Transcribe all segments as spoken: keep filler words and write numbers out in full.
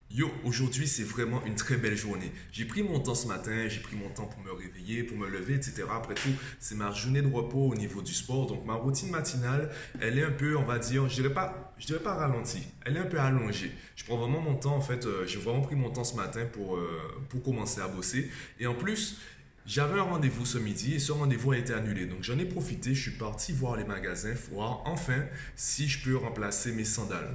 Yo, aujourd'hui c'est vraiment une très belle journée. J'ai pris mon temps ce matin, j'ai pris mon temps pour me réveiller, pour me lever, et cetera. Après tout, c'est ma journée de repos au niveau du sport. Donc ma routine matinale, elle est un peu, on va dire, je dirais pas, je dirais pas ralentie. Elle est un peu allongée. Je prends vraiment mon temps, en fait, euh, j'ai vraiment pris mon temps ce matin pour, euh, pour commencer à bosser. Et en plus, j'avais un rendez-vous ce midi et ce rendez-vous a été annulé. Donc j'en ai profité, je suis parti voir les magasins, voir enfin si je peux remplacer mes sandales.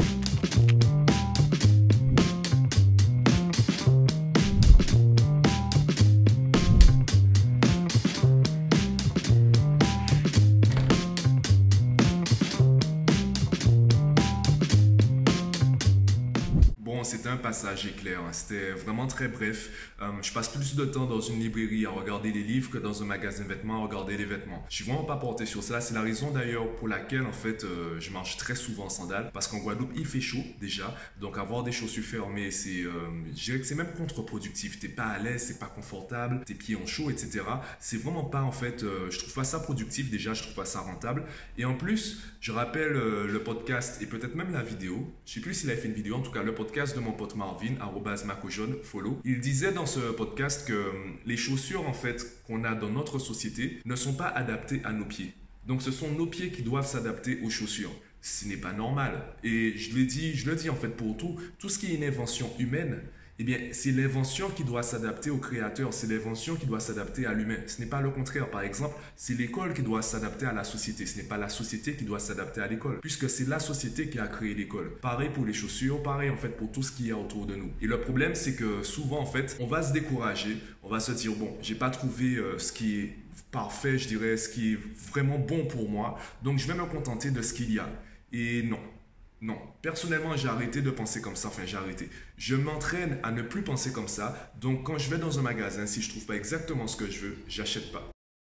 Bon, c'était un passage éclair, hein. C'était vraiment très bref. Euh, je passe plus de temps dans une librairie à regarder les livres que dans un magasin de vêtements à regarder les vêtements. Je suis vraiment pas porté sur cela. C'est la raison d'ailleurs pour laquelle en fait euh, je marche très souvent en sandales parce qu'en Guadeloupe il fait chaud déjà. Donc avoir des chaussures fermées, c'est, euh, je dirais que c'est même contre-productif. T'es pas à l'aise, c'est pas confortable, tes pieds ont chaud, et cetera. C'est vraiment pas en fait. Euh, je trouve pas ça productif déjà. Je trouve pas ça rentable. Et en plus, je rappelle euh, le podcast et peut-être même la vidéo. Je sais plus s'il a fait une vidéo. En tout cas, le podcast de mon pote Marvin, arobase macojaune, follow. Il disait dans ce podcast que euh, les chaussures en fait qu'on a dans notre société ne sont pas adaptées à nos pieds. Donc ce sont nos pieds qui doivent s'adapter aux chaussures. Ce n'est pas normal. Et je l'ai dit, je le dis en fait pour tout, tout ce qui est une invention humaine, eh bien, c'est l'invention qui doit s'adapter au créateur, c'est l'invention qui doit s'adapter à l'humain. Ce n'est pas le contraire. Par exemple, c'est l'école qui doit s'adapter à la société. Ce n'est pas la société qui doit s'adapter à l'école, puisque c'est la société qui a créé l'école. Pareil pour les chaussures, pareil en fait pour tout ce qui est autour de nous. Et le problème, c'est que souvent en fait, on va se décourager, on va se dire bon, j'ai pas trouvé euh, ce qui est parfait, je dirais, ce qui est vraiment bon pour moi, donc je vais me contenter de ce qu'il y a. Et non. Non, personnellement, j'ai arrêté de penser comme ça. Enfin, j'ai arrêté. Je m'entraîne à ne plus penser comme ça. Donc, quand je vais dans un magasin, si je trouve pas exactement ce que je veux, j'achète pas.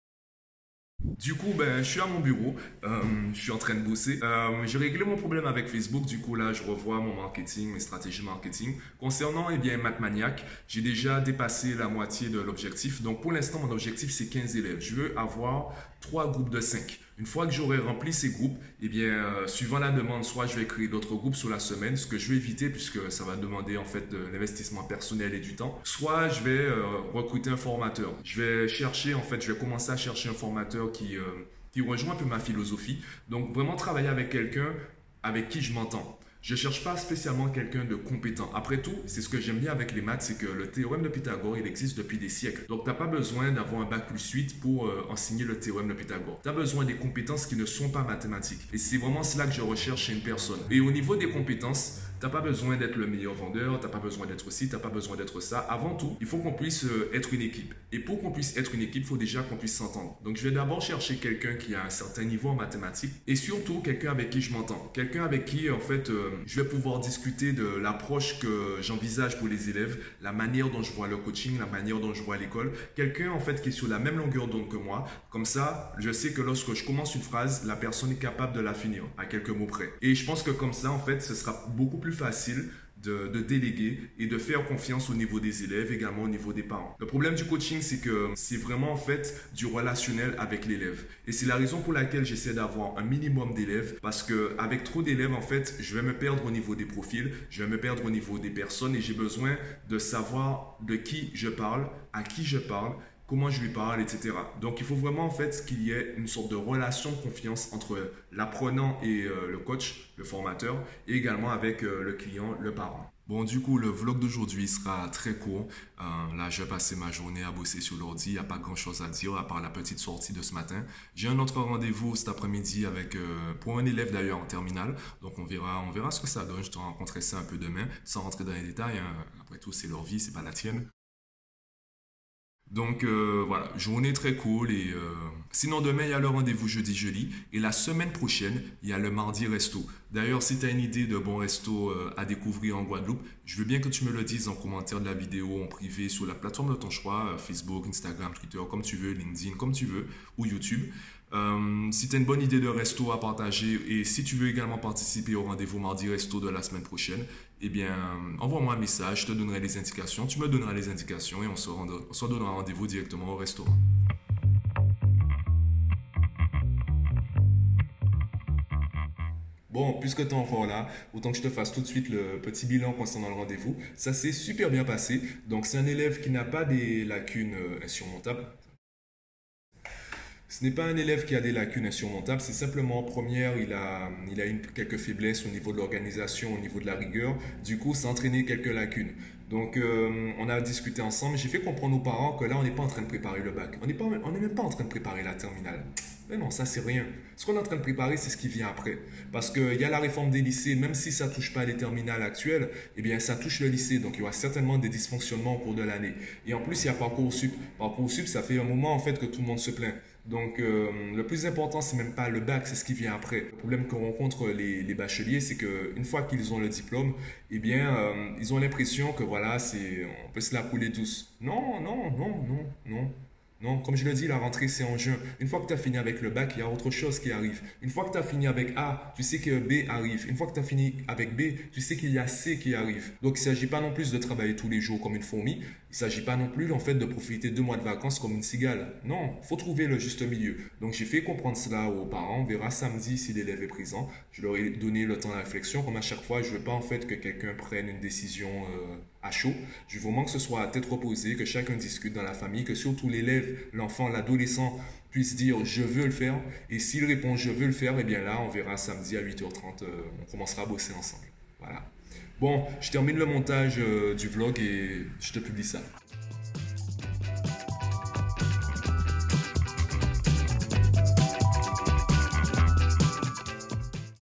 Du coup, ben, je suis à mon bureau, euh, je suis en train de bosser. Euh, j'ai réglé mon problème avec Facebook. Du coup, là, je revois mon marketing, mes stratégies marketing. Concernant, eh bien, Mathmaniac, j'ai déjà dépassé la moitié de l'objectif. Donc, pour l'instant, mon objectif, c'est quinze élèves. Je veux avoir trois groupes de cinq. Une fois que j'aurai rempli ces groupes, eh bien, euh, suivant la demande, soit je vais créer d'autres groupes sur la semaine, ce que je vais éviter puisque ça va demander en fait de l'investissement personnel et du temps. Soit je vais euh, recruter un formateur. Je vais chercher, en fait, je vais commencer à chercher un formateur qui, euh, qui rejoint un peu ma philosophie. Donc, vraiment travailler avec quelqu'un avec qui je m'entends. Je ne cherche pas spécialement quelqu'un de compétent. Après tout, c'est ce que j'aime bien avec les maths, c'est que le théorème de Pythagore, il existe depuis des siècles. Donc, tu n'as pas besoin d'avoir un bac plus huit pour euh, enseigner le théorème de Pythagore. Tu as besoin des compétences qui ne sont pas mathématiques. Et c'est vraiment cela que je recherche chez une personne. Et au niveau des compétences, tu n'as pas besoin d'être le meilleur vendeur, tu n'as pas besoin d'être ci, tu n'as pas besoin d'être ça. Avant tout, il faut qu'on puisse euh, être une équipe. Et pour qu'on puisse être une équipe, il faut déjà qu'on puisse s'entendre. Donc, je vais d'abord chercher quelqu'un qui a un certain niveau en mathématiques et surtout quelqu'un avec qui je m'entends. Quelqu'un avec qui, en fait, euh, je vais pouvoir discuter de l'approche que j'envisage pour les élèves, la manière dont je vois le coaching, la manière dont je vois l'école. Quelqu'un, en fait, qui est sur la même longueur d'onde que moi. Comme ça, je sais que lorsque je commence une phrase, la personne est capable de la finir à quelques mots près. Et je pense que comme ça, en fait, ce sera beaucoup plus facile De, de déléguer et de faire confiance au niveau des élèves, également au niveau des parents. Le problème du coaching, c'est que c'est vraiment en fait du relationnel avec l'élève. Et c'est la raison pour laquelle j'essaie d'avoir un minimum d'élèves parce que avec trop d'élèves, en fait, je vais me perdre au niveau des profils, je vais me perdre au niveau des personnes et j'ai besoin de savoir de qui je parle, à qui je parle, comment je lui parle, et cetera. Donc, il faut vraiment en fait qu'il y ait une sorte de relation de confiance entre l'apprenant et euh, le coach, le formateur, et également avec euh, le client, le parent. Bon, du coup, le vlog d'aujourd'hui sera très court. Euh, là, je vais passer ma journée à bosser sur l'ordi. Il n'y a pas grand-chose à dire à part la petite sortie de ce matin. J'ai un autre rendez-vous cet après-midi avec euh, pour un élève d'ailleurs en terminale. Donc, on verra, on verra ce que ça donne. Je te rencontrerai ça un peu demain, sans rentrer dans les détails, hein. Après tout, c'est leur vie, c'est pas la tienne. Donc euh, voilà, journée très cool et euh, sinon demain il y a le rendez-vous jeudi jeudi et la semaine prochaine il y a le mardi resto. D'ailleurs si tu as une idée de bon resto euh, à découvrir en Guadeloupe, je veux bien que tu me le dises en commentaire de la vidéo en privé sur la plateforme de ton choix, euh, Facebook, Instagram, Twitter, comme tu veux, LinkedIn, comme tu veux, ou YouTube. Euh, si tu as une bonne idée de resto à partager et si tu veux également participer au rendez-vous mardi resto de la semaine prochaine, eh bien, euh, envoie-moi un message, je te donnerai les indications, tu me donneras les indications et on se, rend- on se donnera rendez-vous directement au restaurant. Bon, Bon, puisque tu es encore là, autant que je te fasse tout de suite le petit bilan concernant le rendez-vous. Ça s'est super bien passé. Donc, c'est un élève qui n'a pas des lacunes euh, insurmontables. Ce n'est pas un élève qui a des lacunes insurmontables, c'est simplement en première, il a, il a une, quelques faiblesses au niveau de l'organisation, au niveau de la rigueur. Du coup, ça a entraîné quelques lacunes. Donc, euh, on a discuté ensemble. J'ai fait comprendre aux parents que là, on n'est pas en train de préparer le bac. On n'est pas, on n'est même pas en train de préparer la terminale. Mais non, ça, c'est rien. Ce qu'on est en train de préparer, c'est ce qui vient après. Parce qu'il y a la réforme des lycées, même si ça ne touche pas les terminales actuelles, eh bien, ça touche le lycée. Donc, il y aura certainement des dysfonctionnements au cours de l'année. Et en plus, il y a Parcoursup. Parcoursup, ça fait un moment, en fait, que tout le monde se plaint. Donc, euh, le plus important, c'est même pas le bac, c'est ce qui vient après. Le problème que rencontrent les, les bacheliers, c'est qu'une fois qu'ils ont le diplôme, eh bien, euh, ils ont l'impression que voilà, c'est, on peut se la couler douce. Non, non, non, non, non. Non, comme je le dis, la rentrée, c'est en juin. Une fois que tu as fini avec le bac, il y a autre chose qui arrive. Une fois que tu as fini avec A, tu sais que B arrive. Une fois que tu as fini avec B, tu sais qu'il y a C qui arrive. Donc, il ne s'agit pas non plus de travailler tous les jours comme une fourmi. Il ne s'agit pas non plus, en fait, de profiter deux mois de vacances comme une cigale. Non, il faut trouver le juste milieu. Donc, j'ai fait comprendre cela aux parents. On verra samedi si l'élève est présent. Je leur ai donné le temps de réflexion. Comme à chaque fois, je ne veux pas, en fait, que quelqu'un prenne une décision euh, à chaud. Je veux vraiment que ce soit à tête reposée, que chacun discute dans la famille, que surtout l'élève, l'enfant, l'adolescent puisse dire je veux le faire. Et s'il répond je veux le faire, eh bien là, on verra samedi à huit heures trente, euh, on commencera à bosser ensemble. Voilà. Bon, je termine le montage euh, du vlog et je te publie ça.